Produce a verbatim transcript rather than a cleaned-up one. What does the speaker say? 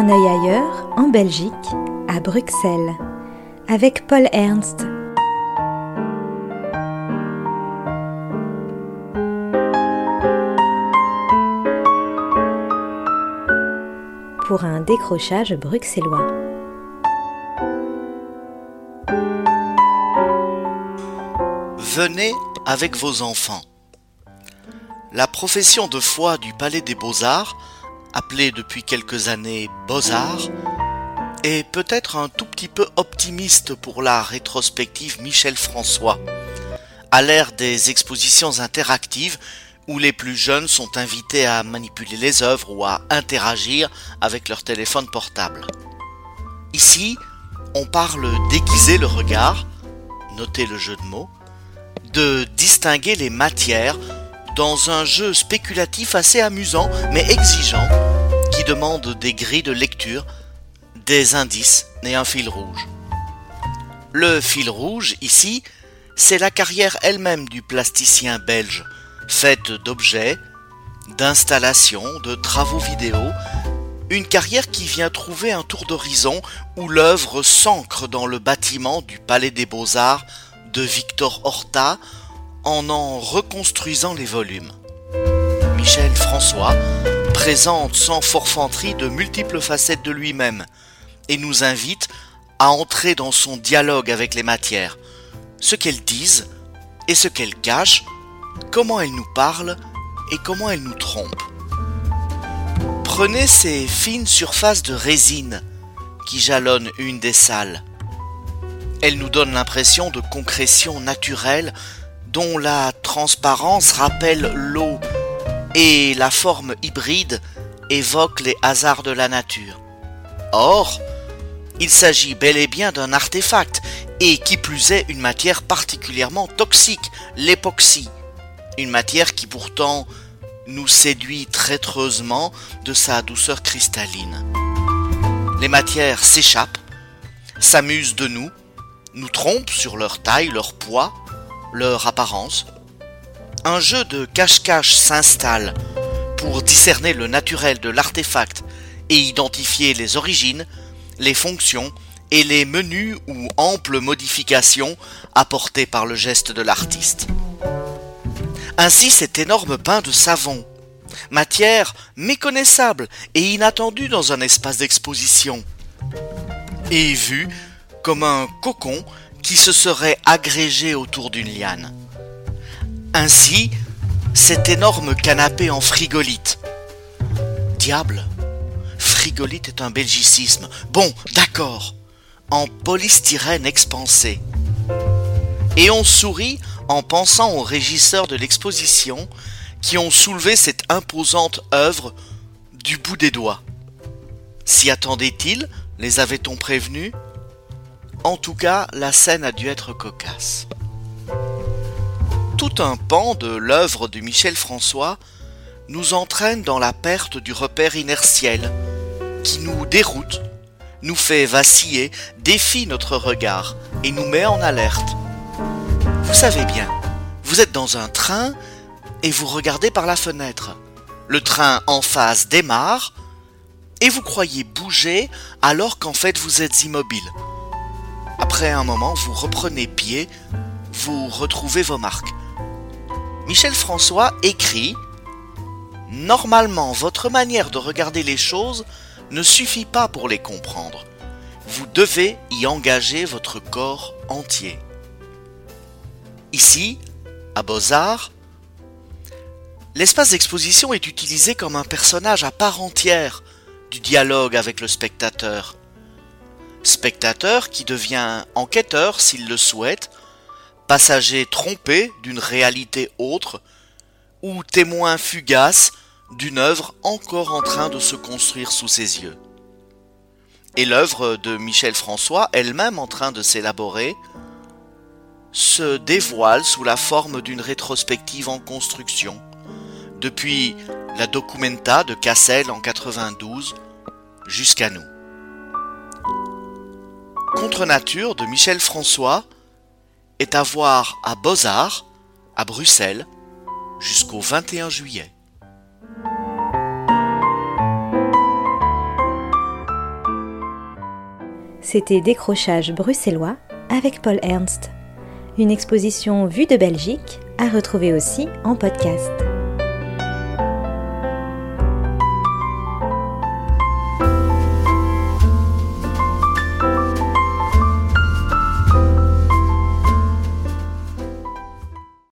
un œil ailleurs, en Belgique, à Bruxelles, avec Paul Ernst. Pour un décrochage bruxellois. Venez avec vos enfants. La profession de foi du Palais des Beaux-Arts, appelée depuis quelques années Beaux-Arts, est peut-être un tout petit peu optimiste pour la rétrospective Michel François, à l'ère des expositions interactives où les plus jeunes sont invités à manipuler les œuvres ou à interagir avec leur téléphone portable. Ici, on parle d'aiguiser le regard, notez le jeu de mots, de distinguer les matières dans un jeu spéculatif assez amusant mais exigeant qui demande des grilles de lecture, des indices et un fil rouge. Le fil rouge, ici, c'est la carrière elle-même du plasticien belge, faite d'objets, d'installations, de travaux vidéo, une carrière qui vient trouver un tour d'horizon où l'œuvre s'ancre dans le bâtiment du Palais des Beaux-Arts de Victor Horta en en reconstruisant les volumes. Michel François présente sans forfanterie de multiples facettes de lui-même et nous invite à entrer dans son dialogue avec les matières, ce qu'elles disent et ce qu'elles cachent, comment elles nous parlent et comment elles nous trompent. Prenez ces fines surfaces de résine qui jalonnent une des salles. Elles nous donnent l'impression de concrétion naturelle dont la transparence rappelle l'eau et la forme hybride évoque les hasards de la nature. Or, il s'agit bel et bien d'un artefact et qui plus est une matière particulièrement toxique, l'époxy, une matière qui pourtant nous séduit traîtreusement de sa douceur cristalline. Les matières s'échappent, s'amusent de nous, nous trompent sur leur taille, leur poids, leur apparence. Un jeu de cache-cache s'installe pour discerner le naturel de l'artefact et identifier les origines, les fonctions et les menues ou amples modifications apportées par le geste de l'artiste. Ainsi cet énorme pain de savon, matière méconnaissable et inattendue dans un espace d'exposition, est vu comme un cocon qui se serait agrégé autour d'une liane. Ainsi, cet énorme canapé en frigolite. Diable, frigolite est un belgicisme. Bon, d'accord, en polystyrène expansé. Et on sourit en pensant aux régisseurs de l'exposition qui ont soulevé cette imposante œuvre du bout des doigts. S'y attendaient-ils? Les avait-on prévenus? En tout cas, la scène a dû être cocasse. Tout un pan de l'œuvre de Michel François nous entraîne dans la perte du repère inertiel, qui nous déroute, nous fait vaciller, défie notre regard et nous met en alerte. Vous savez bien, vous êtes dans un train et vous regardez par la fenêtre. Le train en face démarre et vous croyez bouger alors qu'en fait vous êtes immobile. Après un moment, vous reprenez pied, vous retrouvez vos marques. Michel François écrit « Normalement, votre manière de regarder les choses ne suffit pas pour les comprendre. Vous devez y engager votre corps entier. » Ici, à Beaux-Arts, l'espace d'exposition est utilisé comme un personnage à part entière du dialogue avec le spectateur. Spectateur qui devient enquêteur s'il le souhaite, passager trompé d'une réalité autre, ou témoin fugace d'une œuvre encore en train de se construire sous ses yeux. Et l'œuvre de Michel François, elle-même en train de s'élaborer, se dévoile sous la forme d'une rétrospective en construction, depuis la Documenta de Cassel en quatre-vingt-douze jusqu'à nous. Contre nature de Michel François est à voir à Beaux-Arts, à Bruxelles, jusqu'au vingt et un juillet. C'était Décrochage bruxellois avec Paul Ernst. Une exposition vue de Belgique à retrouver aussi en podcast.